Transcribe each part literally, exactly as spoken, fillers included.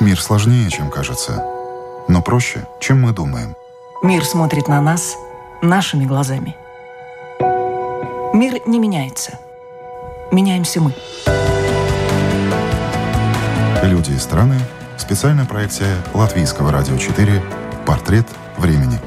Мир сложнее, чем кажется, но проще, чем мы думаем. Мир смотрит на нас нашими глазами. Мир не меняется. Меняемся мы. Люди и страны. Специальная проекция Латвийского радио четыре «Портрет времени».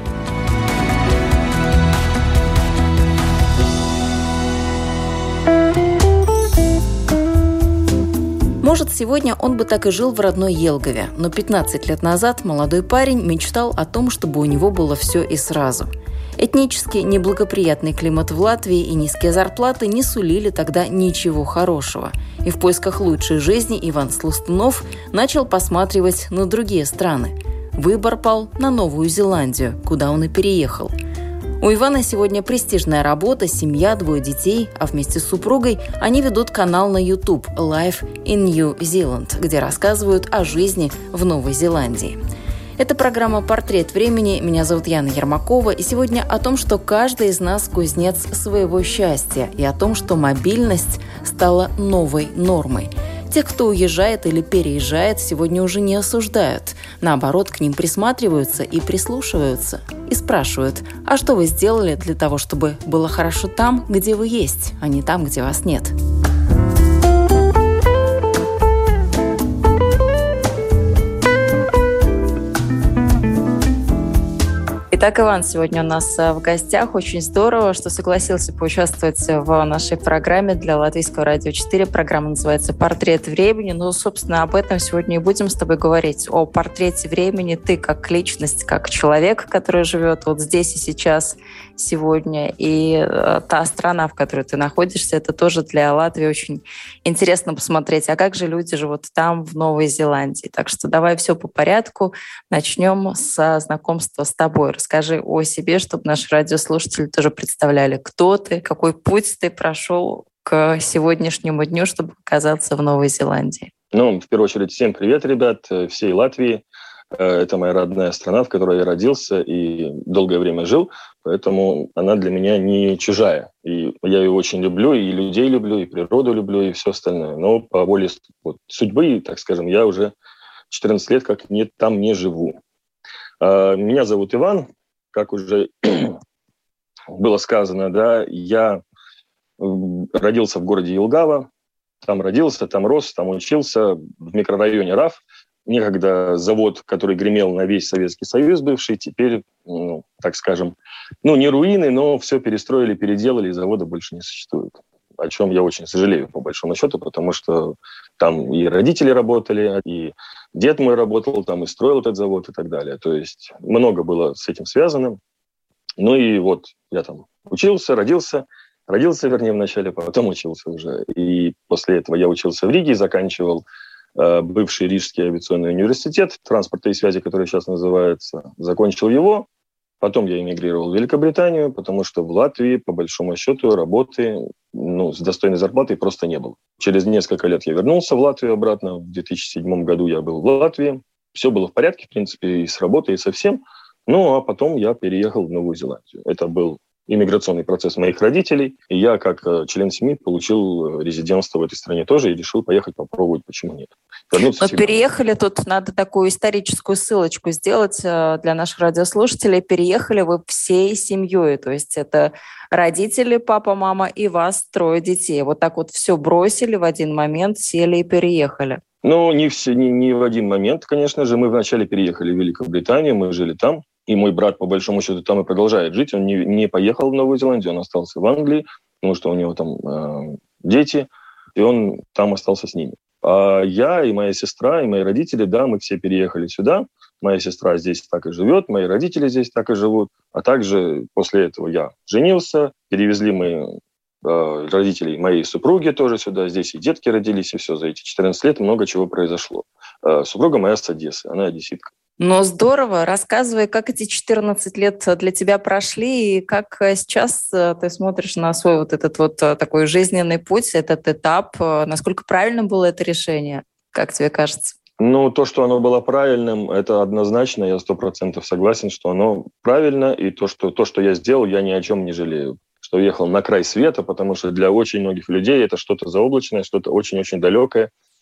Может, сегодня он бы так и жил в родной Елгове, но пятнадцать лет назад молодой парень мечтал о том, чтобы у него было все и сразу. Этнически неблагоприятный климат в Латвии и низкие зарплаты не сулили тогда ничего хорошего. И в поисках лучшей жизни Иван Сластунов начал посматривать на другие страны. Выбор пал на Новую Зеландию, куда он и переехал. У Ивана сегодня престижная работа, семья, двое детей, а вместе с супругой они ведут канал на YouTube «Life in New Zealand», где рассказывают о жизни в Новой Зеландии. Это программа «Портрет времени». Меня зовут Яна Ермакова. И сегодня о том, что каждый из нас кузнец своего счастья, и о том, что мобильность стала новой нормой. Тех, кто уезжает или переезжает, сегодня уже не осуждают. Наоборот, к ним присматриваются и прислушиваются. И спрашивают, а что вы сделали для того, чтобы было хорошо там, где вы есть, а не там, где вас нет? Итак, Иван сегодня у нас в гостях. Очень здорово, что согласился поучаствовать в нашей программе для Латвийского радио четыре. Программа называется «Портрет времени». Ну, собственно, об этом сегодня и будем с тобой говорить. О портрете времени. Ты как личность, как человек, который живет вот здесь и сейчас, сегодня. И та страна, в которой ты находишься, это тоже для Латвии очень интересно посмотреть. А как же люди живут там, в Новой Зеландии? Так что давай все по порядку. Начнем со знакомства с тобой. Расскажи о себе, чтобы наши радиослушатели тоже представляли, кто ты, какой путь ты прошел к сегодняшнему дню, чтобы оказаться в Новой Зеландии. Ну, в первую очередь, всем привет, ребят, всей Латвии. Это моя родная страна, в которой я родился и долгое время жил, поэтому она для меня не чужая. И я ее очень люблю, и людей люблю, и природу люблю, и все остальное. Но по воле вот, судьбы, так скажем, я уже четырнадцать лет как не, там не живу. Меня зовут Иван, как уже было сказано, да, я родился в городе Елгава, там родился, там рос, там учился в микрорайоне РАФ. Некогда завод, который гремел на весь Советский Союз бывший, теперь, ну, так скажем, ну, не руины, но все перестроили, переделали, и завода больше не существует. О чем я очень сожалею, по большому счету, потому что там и родители работали, и дед мой работал, там и строил этот завод и так далее. То есть много было с этим связано. Ну и вот я там учился, родился, родился, вернее, вначале, потом учился уже. И после этого я учился в Риге, заканчивал э, бывший Рижский авиационный университет транспорта и связи, который сейчас называется. Закончил его. Потом я эмигрировал в Великобританию, потому что в Латвии, по большому счету, работы ну, с достойной зарплатой просто не было. Через несколько лет я вернулся в Латвию обратно. В две тысячи седьмом году я был в Латвии. Все было в порядке, в принципе, и с работой, и со всем. Ну, а потом я переехал в Новую Зеландию. Это был иммиграционный процесс моих родителей. И я, как член семьи, получил резидентство в этой стране тоже и решил поехать попробовать, почему нет. Вернуться Но переехали, тут надо такую историческую ссылочку сделать для наших радиослушателей. Переехали вы всей семьей, то есть это родители, папа, мама и вас, трое детей. Вот так вот все бросили в один момент, сели и переехали. Ну, не, все, не, не в один момент, конечно же. Мы вначале переехали в Великобританию, мы жили там. И мой брат, по большому счету, там и продолжает жить. Он не, не поехал в Новую Зеландию, он остался в Англии, потому что у него там э, дети, и он там остался с ними. А я и моя сестра, и мои родители, да, мы все переехали сюда. Моя сестра здесь так и живет, мои родители здесь так и живут. А также после этого я женился, перевезли мы э, родителей моей супруги тоже сюда. Здесь и детки родились, и все. За эти четырнадцать лет много чего произошло. Э, супруга моя с Одессы, она одесситка. Ну, здорово. Рассказывай, как эти четырнадцать лет для тебя прошли, и как сейчас ты смотришь на свой вот этот вот такой жизненный путь, этот этап. Насколько правильным было это решение, как тебе кажется? Ну, то, что оно было правильным, это однозначно. Я сто процентов согласен, что оно правильно. И то что, то, что я сделал, я ни о чем не жалею. Что уехал на край света, потому что для очень многих людей это что-то заоблачное, что-то очень-очень далекое.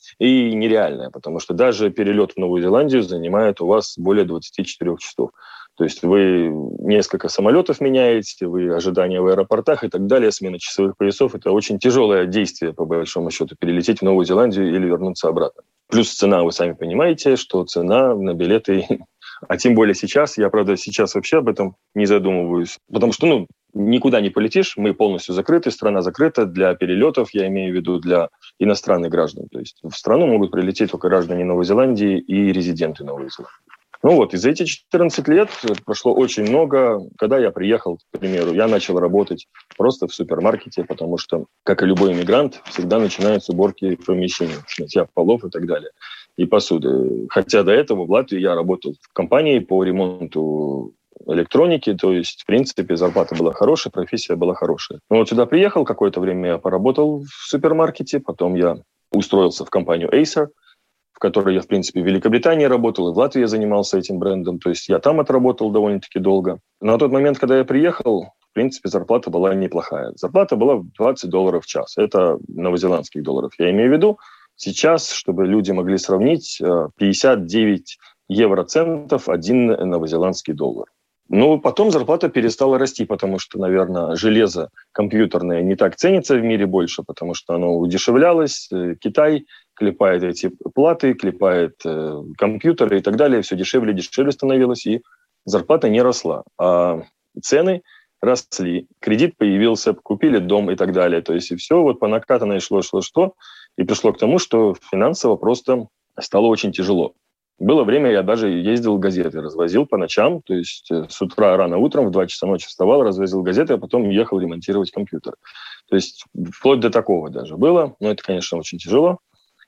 и нереальная, потому что даже перелет в Новую Зеландию занимает у вас более двадцати четырёх часов. То есть вы несколько самолетов меняете, вы ожидания в аэропортах и так далее, смена часовых поясов. Это очень тяжелое действие, по большому счету, перелететь в Новую Зеландию или вернуться обратно. Плюс цена, вы сами понимаете, что цена на билеты, а тем более сейчас, я, правда, сейчас вообще об этом не задумываюсь, потому что, ну, никуда не полетишь, мы полностью закрыты, страна закрыта для перелетов, я имею в виду для иностранных граждан. То есть в страну могут прилететь только граждане Новой Зеландии и резиденты Новой Зеландии. Ну вот, и за эти четырнадцать лет прошло очень много. Когда я приехал, к примеру, я начал работать просто в супермаркете, потому что, как и любой иммигрант, всегда начинают с уборки помещений, мытья полов и так далее, и посуды. Хотя до этого в Латвии я работал в компании по ремонту электроники, то есть, в принципе, зарплата была хорошая, профессия была хорошая. Но вот сюда приехал, какое-то время я поработал в супермаркете, потом я устроился в компанию Acer, в которой я, в принципе, в Великобритании работал, и в Латвии я занимался этим брендом. То есть я там отработал довольно-таки долго. На тот момент, когда я приехал, в принципе, зарплата была неплохая. Зарплата была двадцать долларов в час. Это новозеландских долларов. Я имею в виду, сейчас, чтобы люди могли сравнить, пятьдесят девять евроцентов один новозеландский доллар. Ну, потом зарплата перестала расти, потому что, наверное, железо компьютерное не так ценится в мире больше, потому что оно удешевлялось. Китай клепает эти платы, клепает э, компьютеры и так далее. Все дешевле и дешевле становилось, и зарплата не росла. А цены росли, кредит появился, купили дом и так далее. То есть и все вот по накатанной шло, шло, что, и пришло к тому, что финансово просто стало очень тяжело. Было время, я даже ездил газеты, развозил по ночам, то есть с утра рано утром, в два часа ночи вставал, развозил газеты, а потом ехал ремонтировать компьютер. То есть вплоть до такого даже было, но это, конечно, очень тяжело,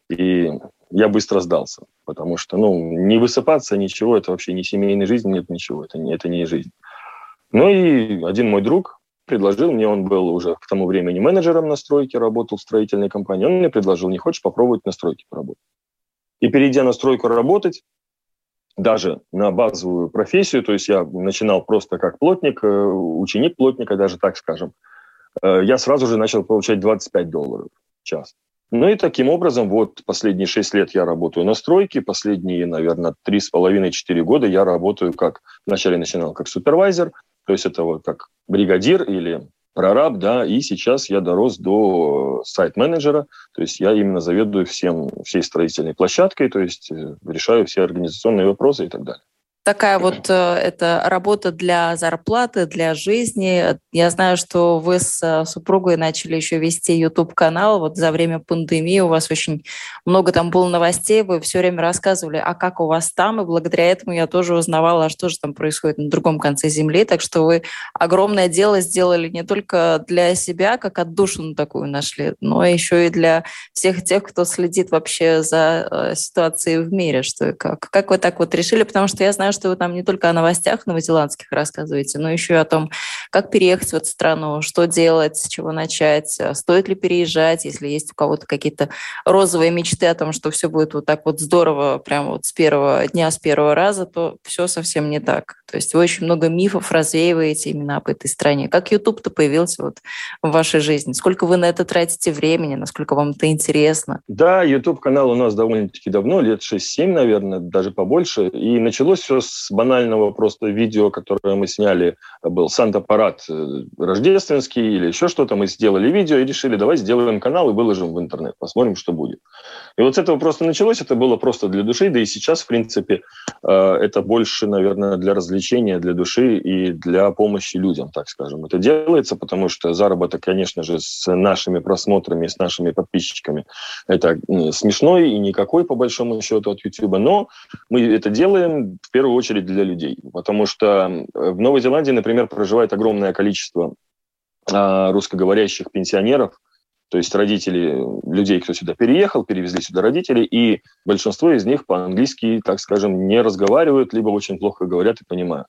и я быстро сдался, потому что, ну, не высыпаться, ничего, это вообще не семейная жизнь, нет ничего, это не, это не жизнь. Ну и один мой друг предложил мне, он был уже к тому времени менеджером на стройке, работал в строительной компании, он мне предложил, не хочешь попробовать на стройке поработать? И перейдя на стройку работать, даже на базовую профессию, то есть я начинал просто как плотник, ученик плотника, даже так скажем, я сразу же начал получать двадцать пять долларов в час. Ну и таким образом, вот последние шесть лет я работаю на стройке, последние, наверное, три с половиной-четыре года я работаю как, вначале начинал как супервайзер, то есть это вот как бригадир или прораб, да, и сейчас я дорос до сайт-менеджера, то есть я именно заведую всем, всей строительной площадкой, то есть решаю все организационные вопросы и так далее. Такая вот э, это работа для зарплаты, для жизни. Я знаю, что вы с супругой начали еще вести YouTube-канал. Вот за время пандемии у вас очень много там было новостей, вы все время рассказывали, а как у вас там, и благодаря этому я тоже узнавала, а что же там происходит на другом конце земли. Так что вы огромное дело сделали не только для себя, как отдушину такую нашли, но еще и для всех тех, кто следит вообще за э, ситуацией в мире, что и как. Как вы так вот решили? Потому что я знаю, что вы там не только о новостях новозеландских рассказываете, но еще и о том, как переехать в эту страну, что делать, с чего начать, стоит ли переезжать, если есть у кого-то какие-то розовые мечты о том, что все будет вот так вот здорово, прямо вот с первого дня, с первого раза, то все совсем не так. То есть вы очень много мифов развеиваете именно об этой стране. Как YouTube-то появился вот в вашей жизни? Сколько вы на это тратите времени? Насколько вам это интересно? Да, YouTube-канал у нас довольно-таки давно, лет шесть-семь, наверное, даже побольше. И началось все с банального просто видео, которое мы сняли. Был Санта-парад рождественский или еще что-то. Мы сделали видео и решили, давай сделаем канал и выложим в интернет. Посмотрим, что будет. И вот с этого просто началось. Это было просто для души. Да и сейчас, в принципе, это больше, наверное, для развлечения, для души и для помощи людям, так скажем. Это делается, потому что заработок, конечно же, с нашими просмотрами, с нашими подписчиками, это смешной и никакой, по большому счету, от YouTube. Но мы это делаем в первую очередь для людей. Потому что в Новой Зеландии, например, проживает огромное количество русскоговорящих пенсионеров, то есть родители людей, кто сюда переехал, перевезли сюда родителей, и большинство из них по-английски, так скажем, не разговаривают, либо очень плохо говорят и понимают.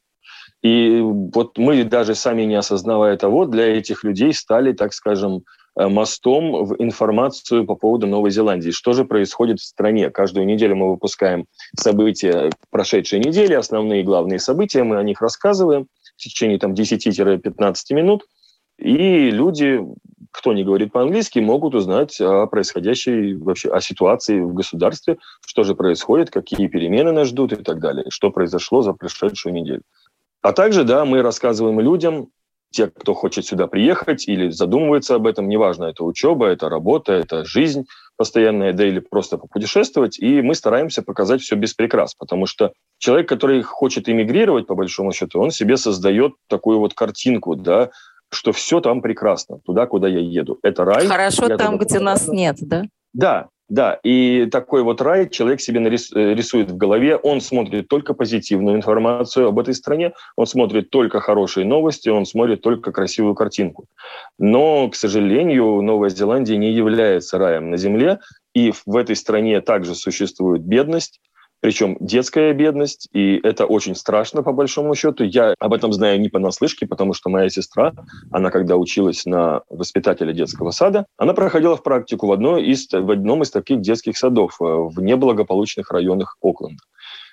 И вот мы, даже сами не осознавая того, для этих людей стали, так скажем, мостом в информацию по поводу Новой Зеландии. Что же происходит в стране? Каждую неделю мы выпускаем события прошедшей недели, основные главные события, мы о них рассказываем в течение там, десять-пятнадцать минут, и люди кто не говорит по-английски, могут узнать о происходящей вообще, о ситуации в государстве, что же происходит, какие перемены нас ждут и так далее, что произошло за прошедшую неделю. А также, да, мы рассказываем людям, те, кто хочет сюда приехать или задумывается об этом, неважно, это учеба, это работа, это жизнь постоянная, да или просто попутешествовать, и мы стараемся показать все без прикрас, потому что человек, который хочет эмигрировать, по большому счету, он себе создает такую вот картинку, да, что все там прекрасно, туда, куда я еду. Это рай. Хорошо там, где нас нет, да? Да, да. И такой вот рай человек себе нарис, рисует в голове. Он смотрит только позитивную информацию об этой стране, он смотрит только хорошие новости, он смотрит только красивую картинку. Но, к сожалению, Новая Зеландия не является раем на земле, и в этой стране также существует бедность, причем детская бедность, и это очень страшно, по большому счету. Я об этом знаю не понаслышке, потому что моя сестра, она когда училась на воспитателя детского сада, она проходила в практику в, одной из, в одном из таких детских садов в неблагополучных районах Окленда.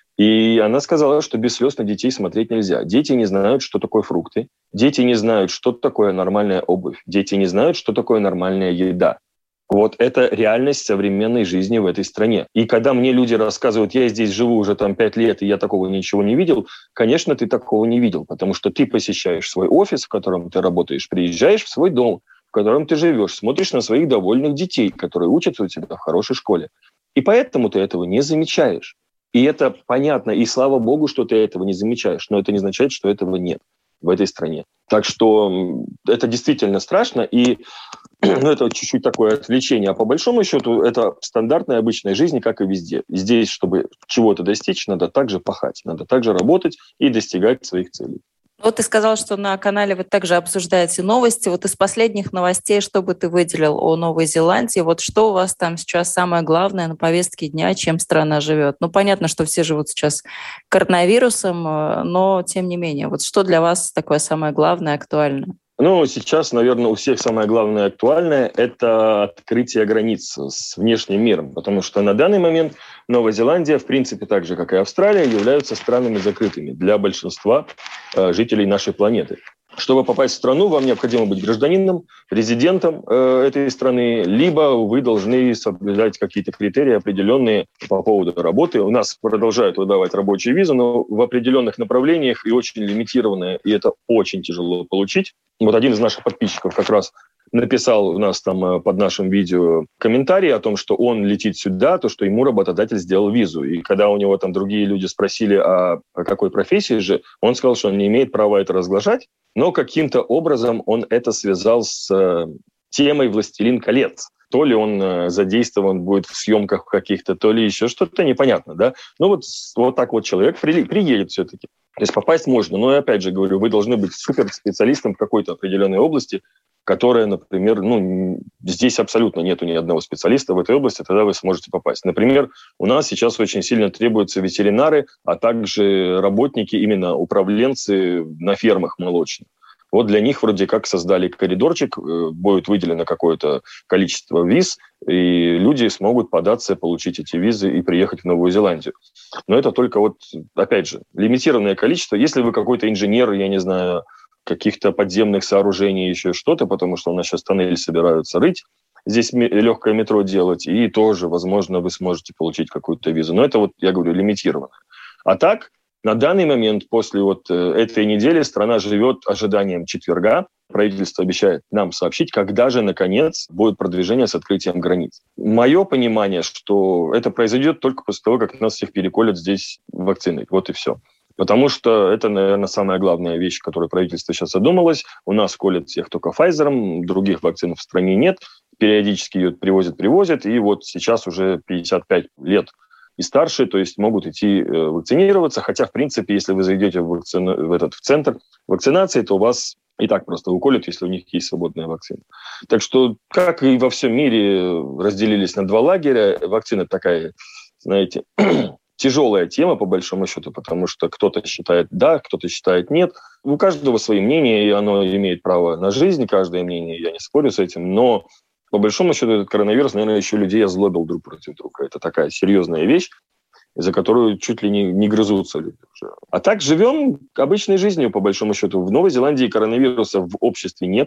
И она сказала, что без слез на детей смотреть нельзя. Дети не знают, что такое фрукты, дети не знают, что такое нормальная обувь, дети не знают, что такое нормальная еда. Вот это реальность современной жизни в этой стране. И когда мне люди рассказывают, я здесь живу уже там пять лет, и я такого ничего не видел, конечно, ты такого не видел, потому что ты посещаешь свой офис, в котором ты работаешь, приезжаешь в свой дом, в котором ты живешь, смотришь на своих довольных детей, которые учатся у тебя в хорошей школе. И поэтому ты этого не замечаешь. И это понятно, и слава богу, что ты этого не замечаешь, но это не означает, что этого нет в этой стране. Так что это действительно страшно, и ну, это чуть-чуть такое отвлечение. А по большому счету это стандартная обычная жизнь, как и везде. И здесь, чтобы чего-то достичь, надо также пахать, надо также работать и достигать своих целей. Вот ты сказал, что на канале вы также обсуждаете новости. Вот из последних новостей, что бы ты выделил о Новой Зеландии? Вот что у вас там сейчас самое главное на повестке дня, чем страна живет? Ну, понятно, что все живут сейчас коронавирусом, но тем не менее. Вот что для вас такое самое главное, актуальное? Ну, сейчас, наверное, у всех самое главное и актуальное – это открытие границ с внешним миром, потому что на данный момент Новая Зеландия, в принципе, так же, как и Австралия, являются странами закрытыми для большинства э, жителей нашей планеты. Чтобы попасть в страну, вам необходимо быть гражданином, резидентом э, этой страны, либо вы должны соблюдать какие-то критерии определенные по поводу работы. У нас продолжают выдавать рабочие визы, но в определенных направлениях и очень лимитированные, и это очень тяжело получить. Вот один из наших подписчиков как раз написал у нас там под нашим видео комментарий о том, что он летит сюда, то, что ему работодатель сделал визу. И когда у него там другие люди спросили, а о какой профессии же, он сказал, что он не имеет права это разглашать, но каким-то образом он это связал с темой «Властелин колец». То ли он задействован будет в съемках каких-то, то ли еще что-то, непонятно, да. Ну вот, вот так вот человек при, приедет все-таки. То есть попасть можно, но, опять же говорю, вы должны быть суперспециалистом в какой-то определенной области, которая, например, ну, здесь абсолютно нету ни одного специалиста в этой области, тогда вы сможете попасть. Например, у нас сейчас очень сильно требуются ветеринары, а также работники, именно управленцы на фермах молочных. Вот для них вроде как создали коридорчик, будет выделено какое-то количество виз, и люди смогут податься, получить эти визы и приехать в Новую Зеландию. Но это только вот, опять же, лимитированное количество. Если вы какой-то инженер, я не знаю, каких-то подземных сооружений, еще что-то, потому что у нас сейчас тоннель собираются рыть, здесь легкое метро делать, и тоже, возможно, вы сможете получить какую-то визу. Но это вот, я говорю, лимитированно. А так, на данный момент, после вот этой недели, страна живет ожиданием четверга. Правительство обещает нам сообщить, когда же, наконец, будет продвижение с открытием границ. Мое понимание, что это произойдет только после того, как нас всех переколят здесь вакциной. Вот и все. Потому что это, наверное, самая главная вещь, которую правительство сейчас задумалось. У нас колят всех только Pfizer, других вакцин в стране нет. Периодически ее привозят, привозят. И вот сейчас уже пятьдесят пять лет и старше, то есть могут идти э, вакцинироваться. Хотя, в принципе, если вы зайдете в, вакци... в этот в центр вакцинации, то вас и так просто уколют, если у них есть свободная вакцина. Так что, как и во всем мире разделились на два лагеря, вакцина такая, знаете, тяжелая тема, по большому счету, потому что кто-то считает да, кто-то считает нет. У каждого свои мнения, и оно имеет право на жизнь, каждое мнение, я не спорю с этим, но по большому счету этот коронавирус, наверное, еще людей озлобил друг против друга. Это такая серьезная вещь, за которую чуть ли не, не грызутся люди уже. А так живем обычной жизнью, по большому счету. В Новой Зеландии коронавируса в обществе нету.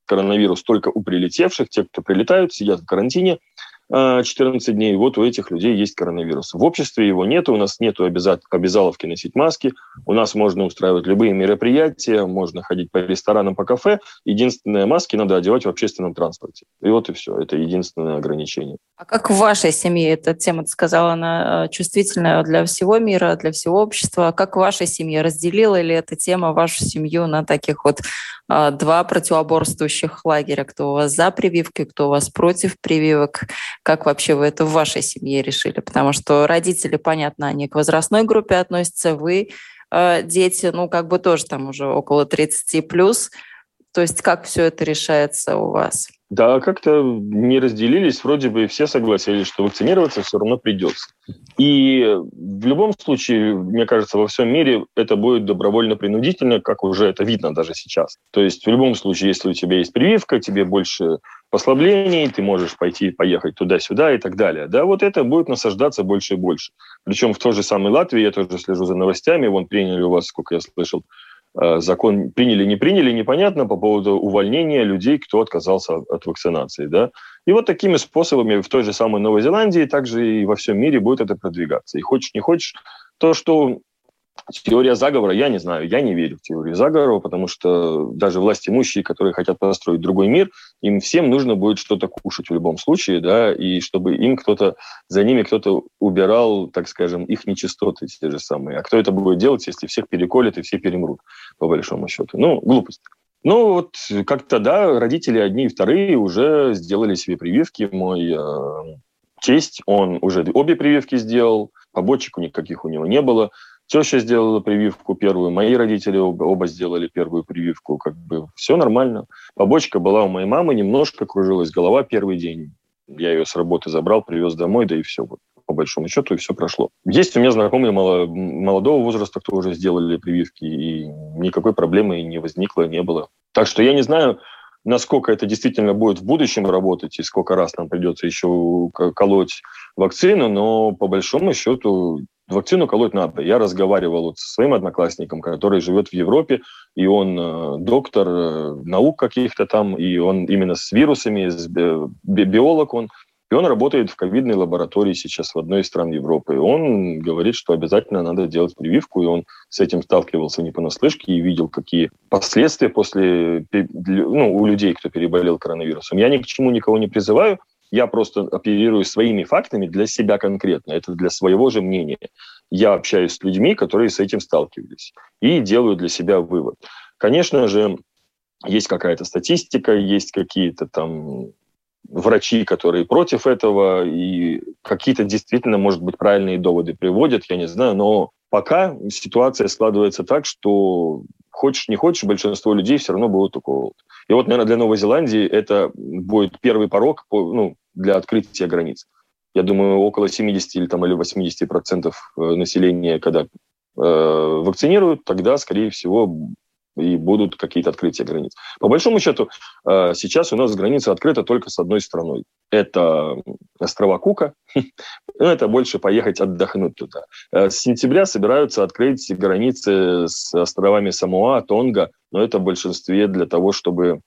коронавирус только у прилетевших, те, кто прилетают, сидят в карантине четырнадцать дней, вот у этих людей есть коронавирус. В обществе его нет, у нас нет обязаловки носить маски, у нас можно устраивать любые мероприятия, можно ходить по ресторанам, по кафе. Единственное, маски надо одевать в общественном транспорте. И вот и все, это единственное ограничение. А как в вашей семье эта тема, ты сказала, она чувствительная для всего мира, для всего общества. Как в вашей семье? Разделила ли эта тема вашу семью на таких вот а, два противоборствующих лагеря? Кто у вас за прививки, кто у вас против прививок? Как вообще вы это в вашей семье решили? Потому что родители, понятно, они к возрастной группе относятся, вы, э, дети, ну, как бы тоже там уже около тридцати плюс. То есть как все это решается у вас? Да, как-то не разделились, вроде бы все согласились, что вакцинироваться все равно придется. И в любом случае, мне кажется, во всем мире это будет добровольно-принудительно, как уже это видно даже сейчас. То есть в любом случае, если у тебя есть прививка, тебе больше послаблений, ты можешь пойти, поехать туда-сюда и так далее. Да, вот это будет насаждаться больше и больше. Причем в той же самой Латвии, я тоже слежу за новостями, вон приняли у вас, сколько я слышал, закон приняли, не приняли, непонятно по поводу увольнения людей, кто отказался от вакцинации. Да? И вот такими способами в той же самой Новой Зеландии, также и во всем мире будет это продвигаться. И хочешь, не хочешь, то, что теория заговора, я не знаю, я не верю в теорию заговора, потому что даже власть имущие, которые хотят построить другой мир, им всем нужно будет что-то кушать в любом случае, да, и чтобы им кто-то, за ними кто-то убирал, так скажем, их нечистоты те же самые. А кто это будет делать, если всех переколят и все перемрут, по большому счету? Ну, глупость. Ну, вот как-то, да, родители одни и вторые уже сделали себе прививки. Мой э, тесть, он уже обе прививки сделал, побочек никаких у него не было. Теща сделала прививку первую, мои родители оба, оба сделали первую прививку. Как бы все нормально. Побочка была у моей мамы, немножко кружилась голова первый день. Я ее с работы забрал, привез домой, да и все. Вот, по большому счету, и все прошло. Есть у меня знакомые молодого возраста, кто уже сделали прививки, и никакой проблемы не возникло, не было. Так что я не знаю, насколько это действительно будет в будущем работать, и сколько раз нам придется еще колоть вакцину, но по большому счету вакцину колоть надо. Я разговаривал вот со своим одноклассником, который живет в Европе, и он э, доктор э, наук каких-то там, и он именно с вирусами, с би- би- биолог он, и он работает в ковидной лаборатории сейчас в одной из стран Европы. И он говорит, что обязательно надо делать прививку, и он с этим сталкивался не понаслышке и видел, какие последствия после, ну, у людей, кто переболел коронавирусом. Я ни к чему никого не призываю, я просто оперирую своими фактами для себя конкретно. Это для своего же мнения. Я общаюсь с людьми, которые с этим сталкивались, и делаю для себя вывод. Конечно же, есть какая-то статистика, есть какие-то там врачи, которые против этого, и какие-то действительно, может быть, правильные доводы приводят, я не знаю, но пока ситуация складывается так, что хочешь не хочешь, большинство людей все равно будут уколоты. И вот, наверное, для Новой Зеландии это будет первый порог по, ну, для открытия границ. Я думаю, около семьдесят или, там, или восемьдесят процентов населения, когда э, вакцинируют, тогда, скорее всего, и будут какие-то открытия границ. По большому счету, э, сейчас у нас граница открыта только с одной страной. Это острова Кука. Это больше поехать отдохнуть туда. С сентября собираются открыть границы с островами Самоа, Тонга, но это в большинстве для того, чтобы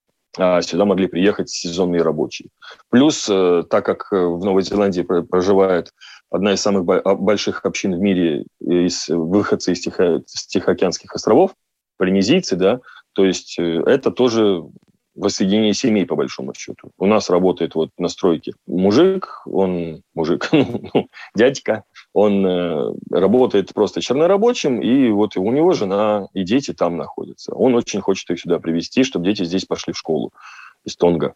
сюда могли приехать сезонные рабочие. Плюс, так как в Новой Зеландии проживает одна из самых больших общин в мире, из, выходцы из, Тихо, из Тихоокеанских островов, полинезийцы, да, то есть это тоже воссоединение семей, по большому счету. У нас работает вот на стройке мужик, он мужик, ну, дядька, он э, работает просто чернорабочим, и вот у него жена и дети там находятся. Он очень хочет их сюда привезти, чтобы дети здесь пошли в школу из Тонга.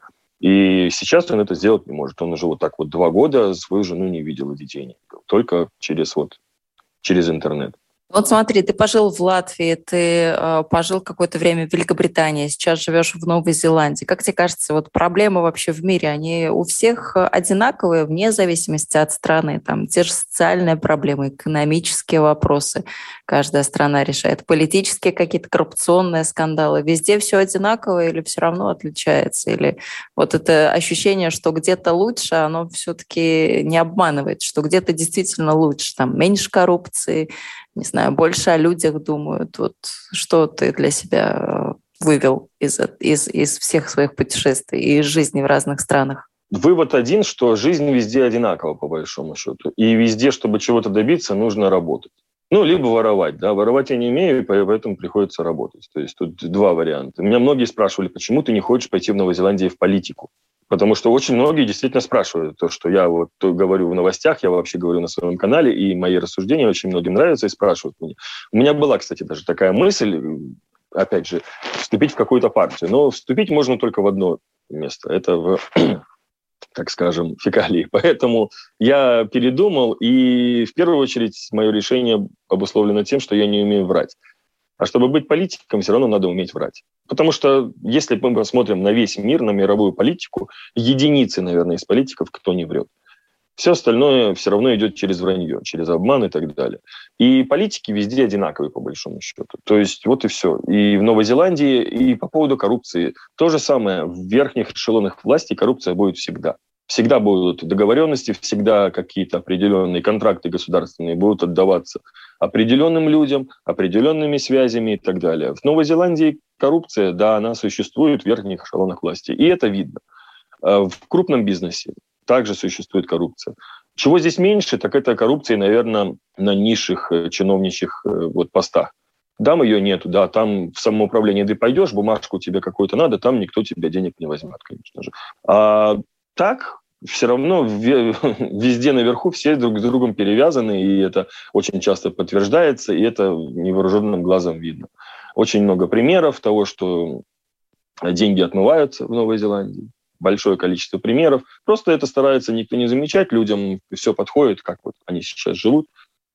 И сейчас он это сделать не может. Он уже вот так вот два года свою жену не видел и детей не видел. Только через, вот, через интернет. Вот смотри, ты пожил в Латвии, ты э, пожил какое-то время в Великобритании, сейчас живешь в Новой Зеландии. Как тебе кажется, вот проблемы вообще в мире, они у всех одинаковые, вне зависимости от страны? Там те же социальные проблемы, экономические вопросы каждая страна решает, политические какие-то коррупционные скандалы. Везде все одинаково или все равно отличается? Или вот это ощущение, что где-то лучше, оно все-таки не обманывает, что где-то действительно лучше, там меньше коррупции, не знаю, больше о людях думают. Вот что ты для себя вывел из, из, из всех своих путешествий и из жизни в разных странах? Вывод один, что жизнь везде одинакова, по большому счету. И везде, чтобы чего-то добиться, нужно работать. Ну, либо воровать. Да? Воровать я не умею, и поэтому приходится работать. То есть тут два варианта. Меня многие спрашивали, почему ты не хочешь пойти в Новой Зеландии в политику? Потому что очень многие действительно спрашивают то, что я вот говорю в новостях, я вообще говорю на своем канале, и мои рассуждения очень многим нравятся и спрашивают меня. У меня была, кстати, даже такая мысль, опять же, вступить в какую-то партию. Но вступить можно только в одно место. Это в, так скажем, фекалии. Поэтому я передумал, и в первую очередь мое решение обусловлено тем, что я не умею врать. А чтобы быть политиком, все равно надо уметь врать. Потому что если мы посмотрим на весь мир, на мировую политику, единицы, наверное, из политиков, кто не врет. Все остальное все равно идет через вранье, через обман и так далее. И политики везде одинаковые, по большому счету. То есть вот и все. И в Новой Зеландии, и по поводу коррупции. То же самое. В верхних эшелонах власти коррупция будет всегда. Всегда будут договоренности, всегда какие-то определенные контракты государственные будут отдаваться определенным людям, определенными связями и так далее. В Новой Зеландии коррупция, да, она существует в верхних эшелонах власти. И это видно. В крупном бизнесе также существует коррупция. Чего здесь меньше, так это коррупция, наверное, на низших чиновничьих вот, постах. Там ее нету, да, там в самоуправлении ты пойдешь, бумажку тебе какую-то надо, там никто тебе денег не возьмет, конечно же. А так все равно везде наверху все друг с другом перевязаны, и это очень часто подтверждается, и это невооруженным глазом видно. Очень много примеров того, что деньги отмываются в Новой Зеландии. Большое количество примеров. Просто это старается никто не замечать, людям все подходит, как вот они сейчас живут,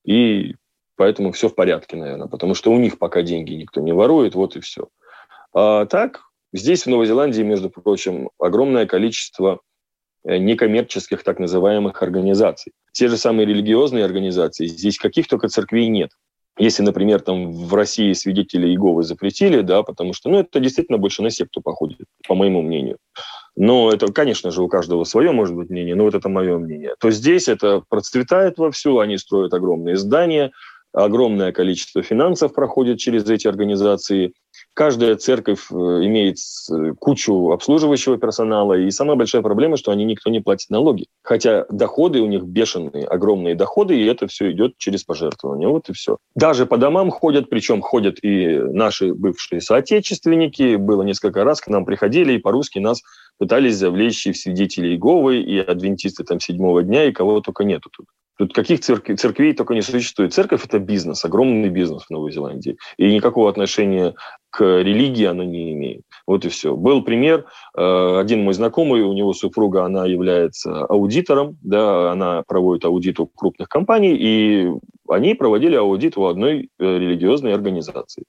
и поэтому все в порядке, наверное, потому что у них пока деньги никто не ворует, вот и все. А так, здесь, в Новой Зеландии, между прочим, огромное количество некоммерческих так называемых организаций. Те же самые религиозные организации, здесь каких только церквей нет. Если, например, там в России свидетели Иеговы запретили, да, потому что, ну, это действительно больше на секту походит, по моему мнению. Но это, конечно же, у каждого свое, может быть, мнение, но вот это мое мнение. То здесь это процветает вовсю, они строят огромные здания, огромное количество финансов проходит через эти организации. Каждая церковь имеет кучу обслуживающего персонала, и самая большая проблема, что они никто не платит налоги. Хотя доходы у них бешеные, огромные доходы, и это все идет через пожертвования. Вот и все. Даже по домам ходят, причем ходят и наши бывшие соотечественники. Было несколько раз, к нам приходили, и по-русски нас пытались завлечь и в свидетели Иеговы, и адвентисты там седьмого дня, и кого только нету тут. Тут каких церквей, церквей только не существует. Церковь – это бизнес, огромный бизнес в Новой Зеландии. И никакого отношения к религии оно не имеет. Вот и все. Был пример. Один мой знакомый, у него супруга, она является аудитором, да, она проводит аудит у крупных компаний, и они проводили аудит у одной религиозной организации.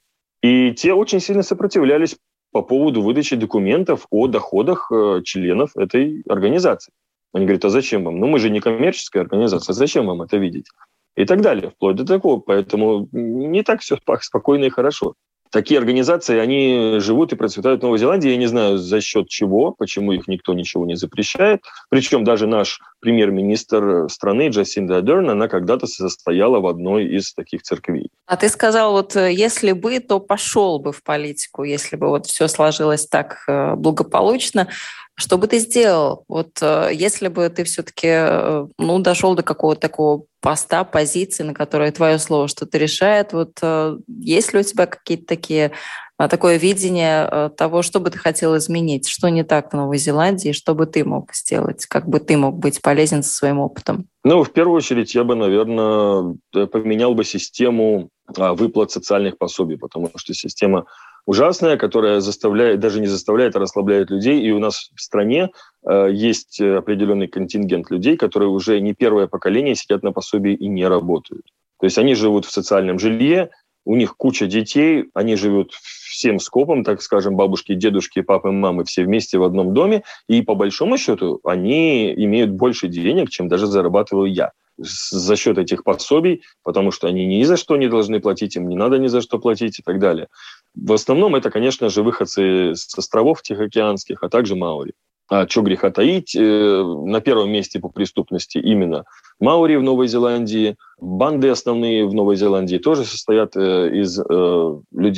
И те очень сильно сопротивлялись по поводу выдачи документов о доходах членов этой организации. Они говорят, а зачем вам? Ну, мы же не коммерческая организация, зачем вам это видеть? И так далее, вплоть до такого. Поэтому не так все спокойно и хорошо. Такие организации, они живут и процветают в Новой Зеландии. Я не знаю, за счет чего, почему их никто ничего не запрещает. Причем даже наш премьер-министр страны Джасинда Адерн, она когда-то состояла в одной из таких церквей. А ты сказал, вот если бы, то пошел бы в политику, если бы вот все сложилось так благополучно. Что бы ты сделал, вот если бы ты все-таки ну, дошел до какого-то такого поста, позиции, на которой твое слово что-то решает, вот есть ли у тебя какие-то такие, такое видение того, что бы ты хотел изменить, что не так в Новой Зеландии, что бы ты мог сделать, как бы ты мог быть полезен со своим опытом? Ну, в первую очередь, я бы, наверное, поменял бы систему выплат социальных пособий, потому что система ужасная, которая заставляет, даже не заставляет, а расслабляет людей. И у нас в стране э, есть определенный контингент людей, которые уже не первое поколение сидят на пособии и не работают. То есть они живут в социальном жилье, у них куча детей, они живут всем скопом, так скажем, бабушки, дедушки, папы, мамы, все вместе в одном доме. И по большому счету они имеют больше денег, чем даже зарабатываю я. За счет этих пособий, потому что они ни за что не должны платить, им не надо ни за что платить и так далее. В основном это, конечно же, выходцы с островов Тихоокеанских, а также маори. А что греха таить, на первом месте по преступности именно маори в Новой Зеландии. Банды основные в Новой Зеландии тоже состоят из людей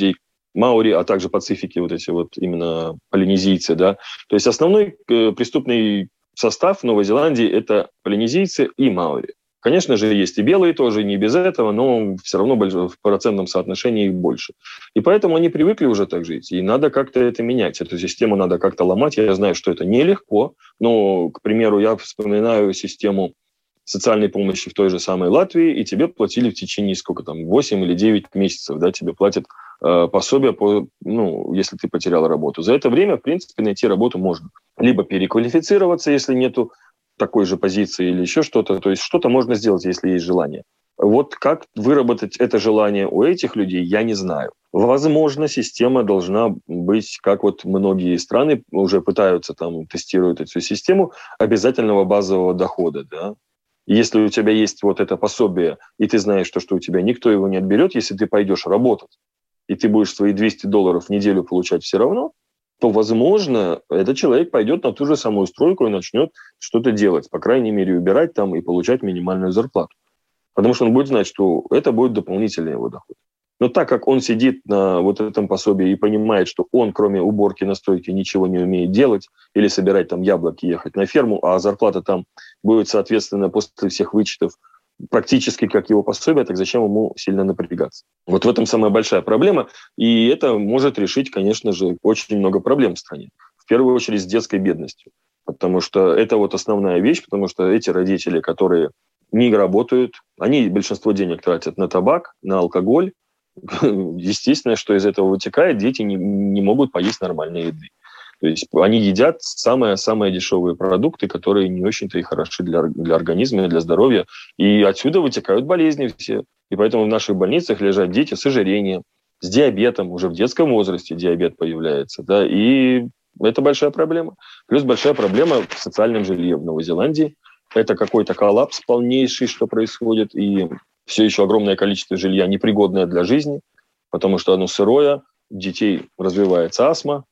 маори, а также пацифики, вот эти вот именно полинезийцы, да. То есть основной э, преступный состав Новой Зеландии – это полинезийцы и маори. Конечно же, есть и белые тоже, не без этого, но все равно в процентном соотношении их больше. И поэтому они привыкли уже так жить, и надо как-то это менять. Эту систему надо как-то ломать. Я знаю, что это нелегко, но, к примеру, я вспоминаю систему социальной помощи в той же самой Латвии, и тебе платили в течение сколько там, восемь или девять месяцев, да, тебе платят э, пособие, по, ну, если ты потерял работу. За это время, в принципе, найти работу можно. Либо переквалифицироваться, если нету такой же позиции или еще что-то. То есть что-то можно сделать, если есть желание. Вот как выработать это желание у этих людей, я не знаю. Возможно, система должна быть, как вот многие страны уже пытаются, там, тестируют эту систему, обязательного базового дохода, да. Если у тебя есть вот это пособие, и ты знаешь, что, что у тебя никто его не отберет, если ты пойдешь работать, и ты будешь свои двести долларов в неделю получать все равно, то, возможно, этот человек пойдет на ту же самую стройку и начнет что-то делать, по крайней мере, убирать там и получать минимальную зарплату. Потому что он будет знать, что это будет дополнительный его доход. Но так как он сидит на вот этом пособии и понимает, что он, кроме уборки на стройке, ничего не умеет делать, или собирать там яблоки, ехать на ферму, а зарплата там будет, соответственно, после всех вычетов практически как его пособие, так зачем ему сильно напрягаться? Вот в этом самая большая проблема, и это может решить, конечно же, очень много проблем в стране. В первую очередь с детской бедностью, потому что это вот основная вещь, потому что эти родители, которые не работают, они большинство денег тратят на табак, на алкоголь. Естественно, что из этого вытекает, дети не, не могут поесть нормальной еды. То есть они едят самые-самые дешевые продукты, которые не очень-то и хороши для, для организма, для здоровья. И отсюда вытекают болезни все. И поэтому в наших больницах лежат дети с ожирением, с диабетом. Уже в детском возрасте диабет появляется. Да? И это большая проблема. Плюс большая проблема в социальном жилье в Новой Зеландии. Это какой-то коллапс полнейший, что происходит. И все еще огромное количество жилья непригодное для жизни, потому что оно сырое, у детей развивается астма,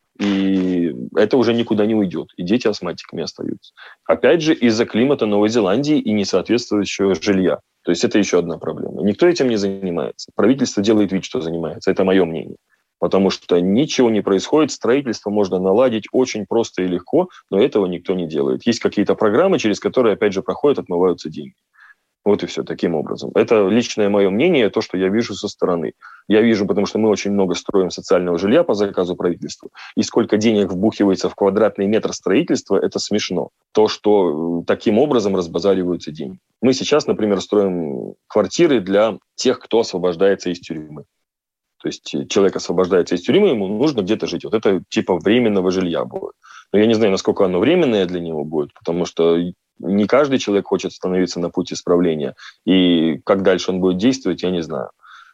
и это уже никуда не уйдет. И дети астматиками остаются. Опять же, из-за климата Новой Зеландии и несоответствующего жилья. То есть это еще одна проблема. Никто этим не занимается. Правительство делает вид, что занимается. Это мое мнение. Потому что ничего не происходит. Строительство можно наладить очень просто и легко, но этого никто не делает. Есть какие-то программы, через которые, опять же, проходят, отмываются деньги. Вот и все, таким образом. Это личное мое мнение, то, что я вижу со стороны. Я вижу, потому что мы очень много строим социального жилья по заказу правительства, и сколько денег вбухивается в квадратный метр строительства, это смешно. То, что таким образом разбазариваются деньги. Мы сейчас, например, строим квартиры для тех, кто освобождается из тюрьмы. То есть человек освобождается из тюрьмы, ему нужно где-то жить. Вот это типа временного жилья будет. Но я не знаю, насколько оно временное для него будет, потому что не каждый человек хочет становиться на путь исправления. И как дальше он будет действовать, я не знаю.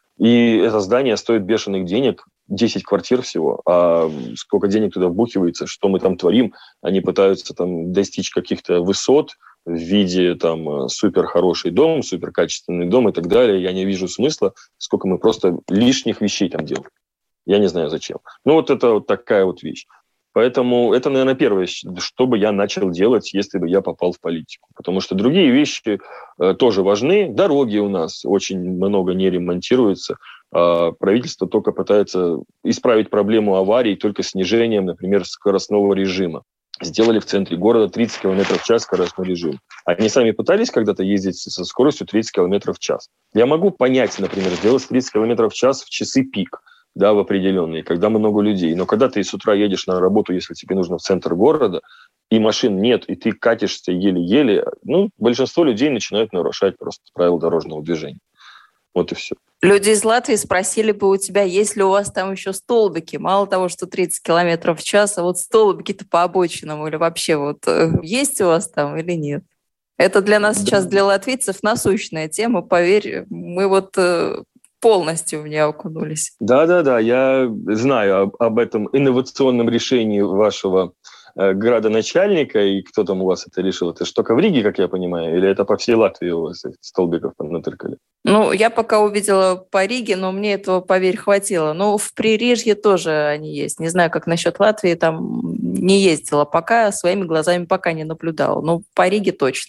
И это здание стоит бешеных денег, десять квартир всего. А сколько денег туда вбухивается, что мы там творим. Они пытаются там достичь каких-то высот в виде там супер хороший дом, супер качественный дом и так далее. Я не вижу смысла, сколько мы просто лишних вещей там делаем. Я не знаю зачем. Ну вот это вот такая вот вещь. Поэтому это, наверное, первое, что бы я начал делать, если бы я попал в политику. Потому что другие вещи э, тоже важны. Дороги у нас очень много не ремонтируются. А правительство только пытается исправить проблему аварий только снижением, например, скоростного режима. Сделали в центре города тридцать километров в час скоростной режим. Они сами пытались когда-то ездить со скоростью тридцать километров в час. Я могу понять, например, сделать тридцать километров в час в часы пик. Да, в определенные, когда много людей. Но когда ты с утра едешь на работу, если тебе нужно в центр города, и машин нет, и ты катишься еле-еле, ну, большинство людей начинают нарушать просто правила дорожного движения. Вот и все. Люди из Латвии спросили бы у тебя, есть ли у вас там еще столбики. Мало того, что тридцать километров в час, а вот столбики-то по обочинам или вообще вот есть у вас там или нет? Это для нас да. Сейчас, для латвийцев, насущная тема. Поверь, мы вот... полностью в нее окунулись. Да-да-да, я знаю об, об этом инновационном решении вашего э, градоначальника, и кто там у вас это решил? Это же только в Риге, как я понимаю, или это по всей Латвии у вас столбиков натыркали? Ну, я пока увидела по Риге, но мне этого, поверь, хватило. Но в Прирежье тоже они есть. Не знаю, как насчет Латвии, там не ездила пока, своими глазами пока не наблюдала. Но по Риге точно.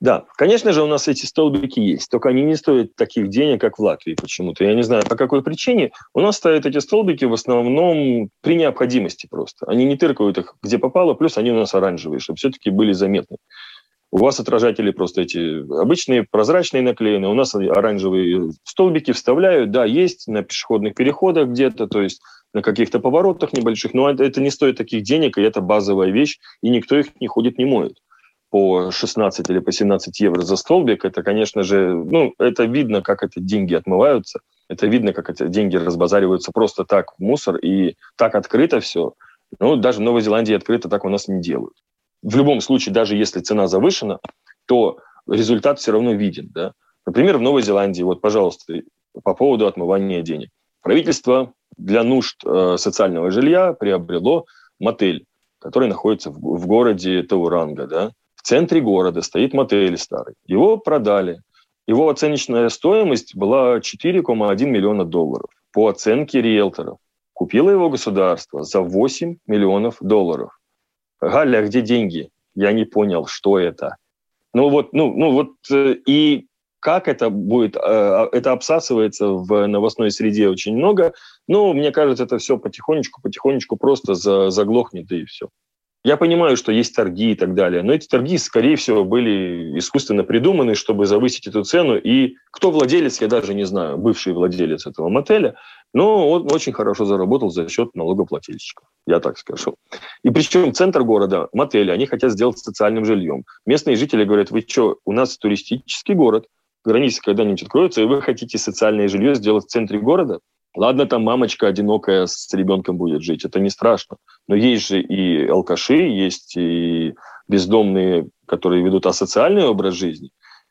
Да, конечно же, у нас эти столбики есть, только они не стоят таких денег, как в Латвии почему-то. Я не знаю, по какой причине. У нас стоят эти столбики в основном при необходимости просто. Они не тыркают их где попало, плюс они у нас оранжевые, чтобы все-таки были заметны. У вас отражатели просто эти обычные, прозрачные наклеены, у нас оранжевые столбики вставляют, да, есть на пешеходных переходах где-то, то есть на каких-то поворотах небольших, но это не стоит таких денег, и это базовая вещь, и никто их не ходит, не моет. По шестнадцать или по семнадцать евро за столбик, это, конечно же, ну, это видно, как эти деньги отмываются, это видно, как эти деньги разбазариваются просто так в мусор, и так открыто все. Ну, даже в Новой Зеландии открыто так у нас не делают. В любом случае, даже если цена завышена, то результат все равно виден. Да? Например, в Новой Зеландии, вот, пожалуйста, по поводу отмывания денег. Правительство для нужд э, социального жилья приобрело мотель, который находится в, в городе Тауранга. Да? В центре города стоит мотель старый. Его продали. Его оценочная стоимость была четыре целых один десятых миллиона долларов. По оценке риэлторов. Купило его государство за восемь миллионов долларов. Галя, где деньги? Я не понял, что это. Ну вот, ну, ну вот э, и как это будет, э, это обсасывается в новостной среде очень много. Но мне кажется, это все потихонечку, потихонечку просто за, заглохнет, и все. Я понимаю, что есть торги и так далее, но эти торги, скорее всего, были искусственно придуманы, чтобы завысить эту цену. И кто владелец, я даже не знаю, бывший владелец этого мотеля, но он очень хорошо заработал за счет налогоплательщиков, я так скажу. И причем центр города, мотели, они хотят сделать социальным жильем. Местные жители говорят, вы что, у нас туристический город, границы когда-нибудь откроются, и вы хотите социальное жилье сделать в центре города? Ладно, там мамочка одинокая с ребенком будет жить, это не страшно. Но есть же и алкаши, есть и бездомные, которые ведут асоциальный образ жизни.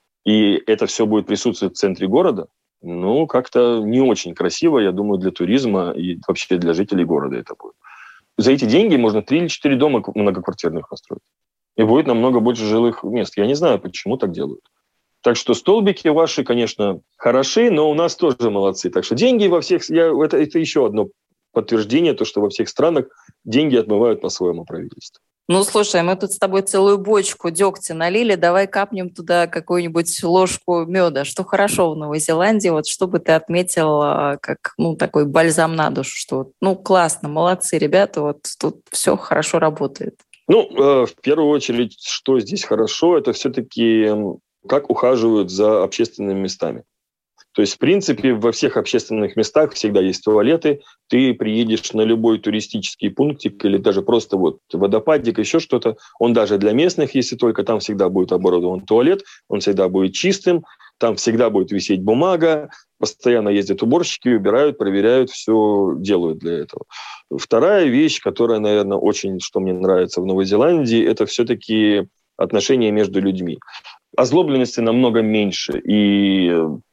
И это все будет присутствовать в центре города. Ну, как-то не очень красиво, я думаю, для туризма и вообще для жителей города это будет. За эти деньги можно три или четыре дома многоквартирных построить. И будет намного больше жилых мест. Я не знаю, почему так делают. Так что столбики ваши, конечно, хороши, но у нас тоже молодцы. Так что деньги во всех... Я, это, это еще одно подтверждение, то, что во всех странах деньги отмывают по-своему правительство. Ну, слушай, мы тут с тобой целую бочку дегтя налили, давай капнем туда какую-нибудь ложку меда. Что хорошо в Новой Зеландии, вот что бы ты отметил как, ну, такой бальзам на душу, что, ну, классно, молодцы ребята, вот тут все хорошо работает. Ну, э, в первую очередь, что здесь хорошо, это все-таки как ухаживают за общественными местами. То есть, в принципе, во всех общественных местах всегда есть туалеты. Ты приедешь на любой туристический пунктик или даже просто вот водопадик, еще что-то. Он даже для местных, если только там всегда будет оборудован туалет, он всегда будет чистым, там всегда будет висеть бумага, постоянно ездят уборщики, убирают, проверяют, все делают для этого. Вторая вещь, которая, наверное, очень, что мне нравится в Новой Зеландии, это все-таки отношения между людьми. Озлобленности намного меньше, и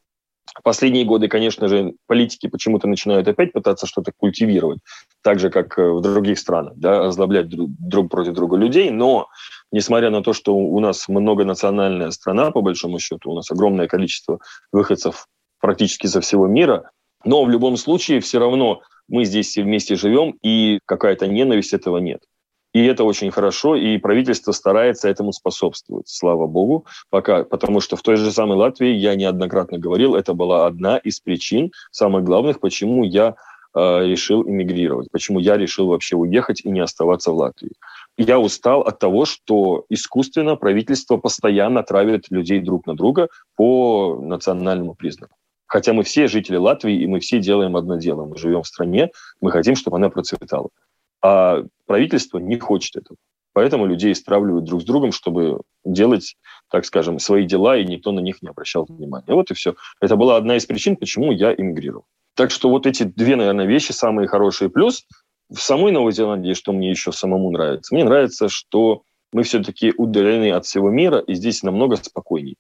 в последние годы, конечно же, политики почему-то начинают опять пытаться что-то культивировать, так же, как в других странах, да, озлоблять друг, друг против друга людей, но несмотря на то, что у нас многонациональная страна, по большому счету, у нас огромное количество выходцев практически со всего мира, но в любом случае все равно мы здесь все вместе живем, и какая-то ненависть этого нет. И это очень хорошо, и правительство старается этому способствовать, слава богу, пока, потому что в той же самой Латвии, я неоднократно говорил, это была одна из причин, самых главных, почему я э, решил эмигрировать, почему я решил вообще уехать и не оставаться в Латвии. Я устал от того, что искусственно правительство постоянно травит людей друг на друга по национальному признаку. Хотя мы все жители Латвии, и мы все делаем одно дело. Мы живем в стране, мы хотим, чтобы она процветала. А правительство не хочет этого. Поэтому людей стравливают друг с другом, чтобы делать, так скажем, свои дела, и никто на них не обращал внимания. Вот и все. Это была одна из причин, почему я эмигрировал. Так что вот эти две, наверное, вещи самые хорошие. Плюс в самой Новой Зеландии, что мне еще самому нравится, мне нравится, что мы все-таки удалены от всего мира, и здесь намного спокойней.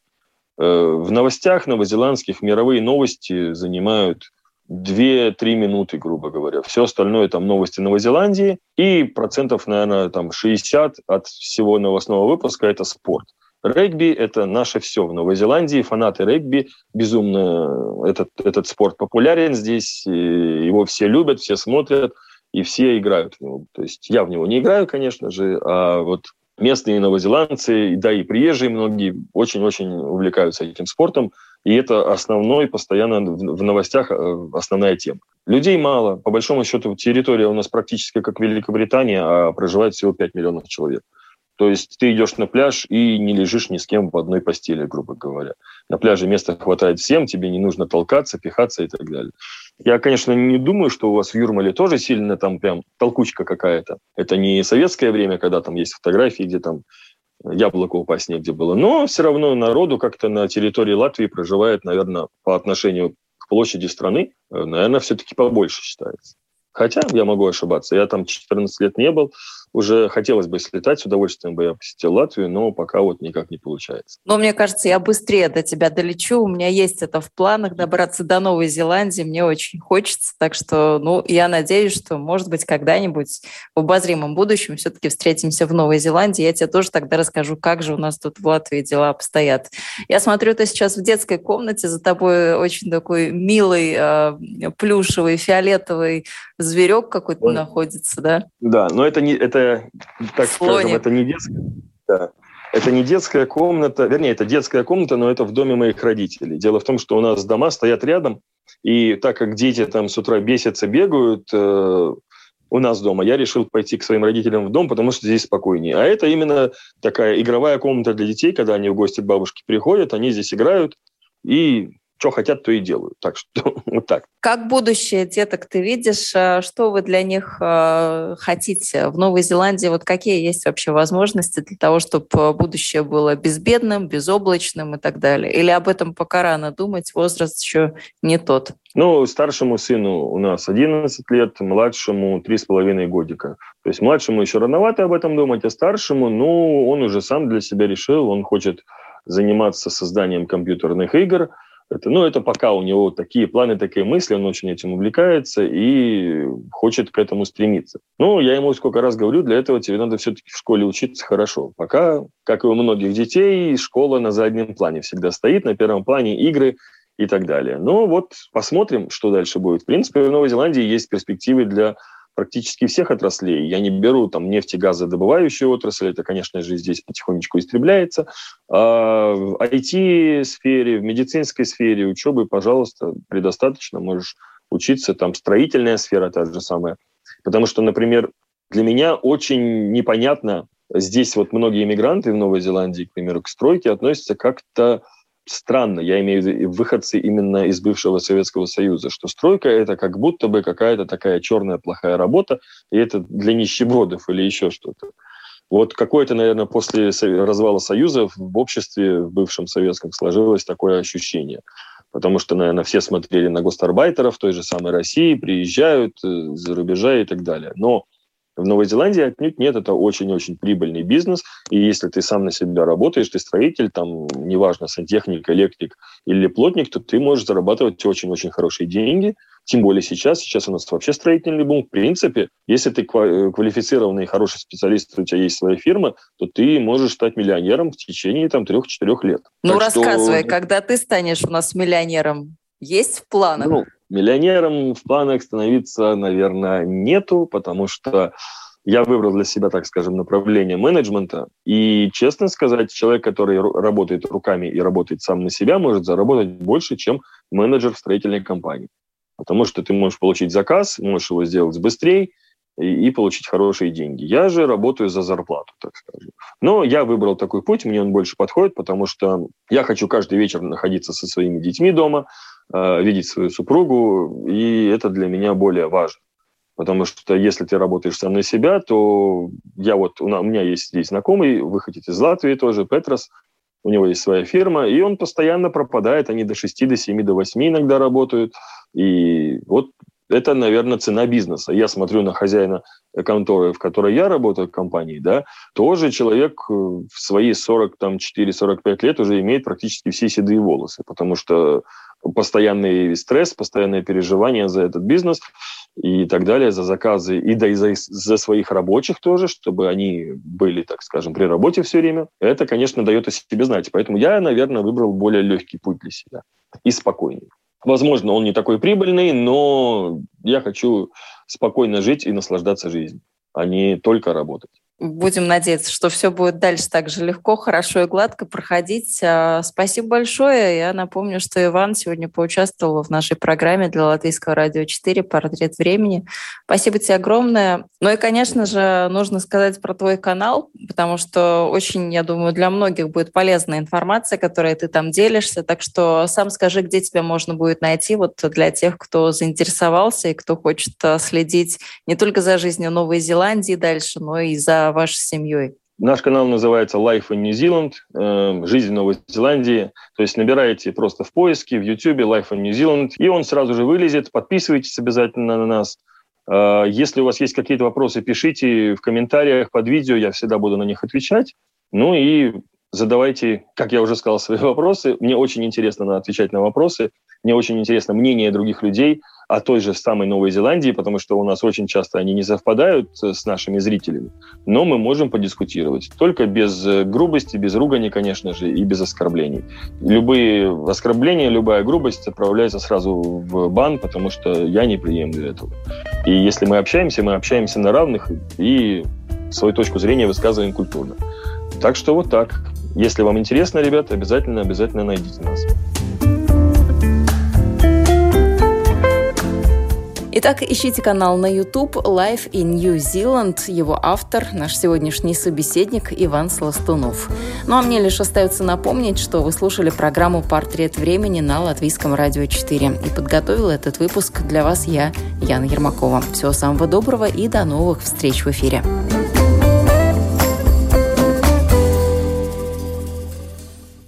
В новостях новозеландских мировые новости занимают две-три минуты, грубо говоря. Все остальное там новости Новой Зеландии. И процентов, наверное, там шестьдесят от всего новостного выпуска – это спорт. Регби – это наше все в Новой Зеландии. Фанаты регби безумно. Этот, этот спорт популярен здесь. Его все любят, все смотрят и все играют в него. То есть я в него не играю, конечно же, а вот местные новозеландцы, да и приезжие многие очень-очень увлекаются этим спортом. И это основной, постоянно в новостях основная тема. Людей мало. По большому счету территория у нас практически как Великобритания, а проживает всего пять миллионов человек. То есть ты идешь на пляж и не лежишь ни с кем в одной постели, грубо говоря. На пляже места хватает всем, тебе не нужно толкаться, пихаться и так далее. Я, конечно, не думаю, что у вас в Юрмале тоже сильно там прям толкучка какая-то. Это не советское время, когда там есть фотографии, где там яблоко упасть негде было. Но все равно народу как-то на территории Латвии проживает, наверное, по отношению к площади страны, наверное, все-таки побольше считается. Хотя я могу ошибаться. Я там четырнадцать лет не был. Уже хотелось бы слетать, с удовольствием бы я посетил Латвию, но пока вот никак не получается. Но мне кажется, я быстрее до тебя долечу. У меня есть это в планах, добраться до Новой Зеландии. Мне очень хочется. Так что, ну, я надеюсь, что, может быть, когда-нибудь в обозримом будущем все-таки встретимся в Новой Зеландии. Я тебе тоже тогда расскажу, как же у нас тут в Латвии дела обстоят. Я смотрю, ты сейчас в детской комнате, за тобой очень такой милый, э, плюшевый, фиолетовый зверек какой-то Ой. находится, да? Да, но это не, это, так Слоник. скажем, это не детская, да, это не детская комната, вернее, это детская комната, но это в доме моих родителей. Дело в том, что у нас дома стоят рядом, и так как дети там с утра бесятся, бегают э, у нас дома, я решил пойти к своим родителям в дом, потому что здесь спокойнее. А это именно такая игровая комната для детей, когда они в гости к бабушке приходят, они здесь играют и что хотят, то и делают. Так что вот так. Как будущее деток ты видишь? Что вы для них э, хотите в Новой Зеландии? Вот какие есть вообще возможности для того, чтобы будущее было безбедным, безоблачным и так далее? Или об этом пока рано думать, возраст еще не тот? Ну, старшему сыну у нас одиннадцать лет, младшему три с половиной годика. То есть младшему еще рановато об этом думать, а старшему, ну, он уже сам для себя решил, он хочет заниматься созданием компьютерных игр. Это, ну, это пока у него такие планы, такие мысли, он очень этим увлекается и хочет к этому стремиться. Ну, я ему сколько раз говорю, для этого тебе надо все-таки в школе учиться хорошо. Пока, как и у многих детей, школа на заднем плане всегда стоит, на первом плане игры и так далее. Ну, вот посмотрим, что дальше будет. В принципе, в Новой Зеландии есть перспективы для практически всех отраслей. Я не беру там нефтегазодобывающую отрасль, это, конечно же, здесь потихонечку истребляется. А в ай ти-сфере, в медицинской сфере учебы, пожалуйста, предостаточно, можешь учиться. Там строительная сфера та же самая. Потому что, например, для меня очень непонятно, здесь вот многие иммигранты в Новой Зеландии, к примеру, к стройке относятся как-то странно, я имею в виду выходцы именно из бывшего Советского Союза, что стройка – это как будто бы какая-то такая черная плохая работа, и это для нищебродов или еще что-то. Вот какое-то, наверное, после развала Союза в обществе, в бывшем советском, сложилось такое ощущение. Потому что, наверное, все смотрели на гастарбайтеров той же самой России, приезжают за рубежа и так далее. Но в Новой Зеландии отнюдь нет, это очень-очень прибыльный бизнес, и если ты сам на себя работаешь, ты строитель, там, неважно, сантехник, электрик или плотник, то ты можешь зарабатывать очень-очень хорошие деньги, тем более сейчас, сейчас у нас вообще строительный бум. В принципе, если ты квалифицированный и хороший специалист, у тебя есть своя фирма, то ты можешь стать миллионером в течение там трех-четырех лет. Ну, так рассказывай, что... когда ты станешь у нас миллионером? Есть в планах? Ну, миллионером в планах становиться, наверное, нету, потому что я выбрал для себя, так скажем, направление менеджмента. И, честно сказать, человек, который работает руками и работает сам на себя, может заработать больше, чем менеджер в строительной компании. Потому что ты можешь получить заказ, можешь его сделать быстрее и, и получить хорошие деньги. Я же работаю за зарплату, так скажем. Но я выбрал такой путь, мне он больше подходит, потому что я хочу каждый вечер находиться со своими детьми дома, видеть свою супругу, и это для меня более важно. Потому что если ты работаешь сам на себя, то я вот, у меня есть здесь знакомый, выходит из Латвии тоже, Петрос, у него есть своя фирма, и он постоянно пропадает, они до шести, до семи, до восьми иногда работают, и вот это, наверное, цена бизнеса. Я смотрю на хозяина конторы, в которой я работаю, в компании, да, тоже человек в свои сорок четыре - сорок пять лет уже имеет практически все седые волосы, потому что постоянный стресс, постоянное переживание за этот бизнес и так далее, за заказы, и да и за, за своих рабочих тоже, чтобы они были, так скажем, при работе все время. Это, конечно, дает о себе знать. Поэтому я, наверное, выбрал более легкий путь для себя и спокойный. Возможно, он не такой прибыльный, но я хочу спокойно жить и наслаждаться жизнью, а не только работать. Будем надеяться, что все будет дальше так же легко, хорошо и гладко проходить. Спасибо большое. Я напомню, что Иван сегодня поучаствовал в нашей программе для Латвийского радио четыре «Портрет времени». Спасибо тебе огромное. Ну и, конечно же, нужно сказать про твой канал, потому что очень, я думаю, для многих будет полезная информация, которой ты там делишься. Так что сам скажи, где тебя можно будет найти, вот для тех, кто заинтересовался и кто хочет следить не только за жизнью Новой Зеландии дальше, но и за вашей семьей. Наш канал называется Life in New Zealand, э, «Жизнь в Новой Зеландии». То есть набираете просто в поиске, в YouTube Life in New Zealand, и он сразу же вылезет. Подписывайтесь обязательно на нас. Э, если у вас есть какие-то вопросы, пишите в комментариях под видео, я всегда буду на них отвечать. Ну и задавайте, как я уже сказал, свои вопросы. Мне очень интересно отвечать на вопросы. Мне очень интересно мнение других людей о той же самой Новой Зеландии, потому что у нас очень часто они не совпадают с нашими зрителями. Но мы можем подискутировать. Только без грубости, без ругани, конечно же, и без оскорблений. Любые оскорбления, любая грубость отправляется сразу в бан, потому что я не приемлю этого. И если мы общаемся, мы общаемся на равных и свою точку зрения высказываем культурно. Так что вот так. Если вам интересно, ребята, обязательно, обязательно найдите нас. Итак, ищите канал на YouTube Life in New Zealand. Его автор, наш сегодняшний собеседник Иван Сластунов. Ну а мне лишь остается напомнить, что вы слушали программу «Портрет времени» на Латвийском радио четыре. И подготовила этот выпуск для вас я, Яна Ермакова. Всего самого доброго и до новых встреч в эфире.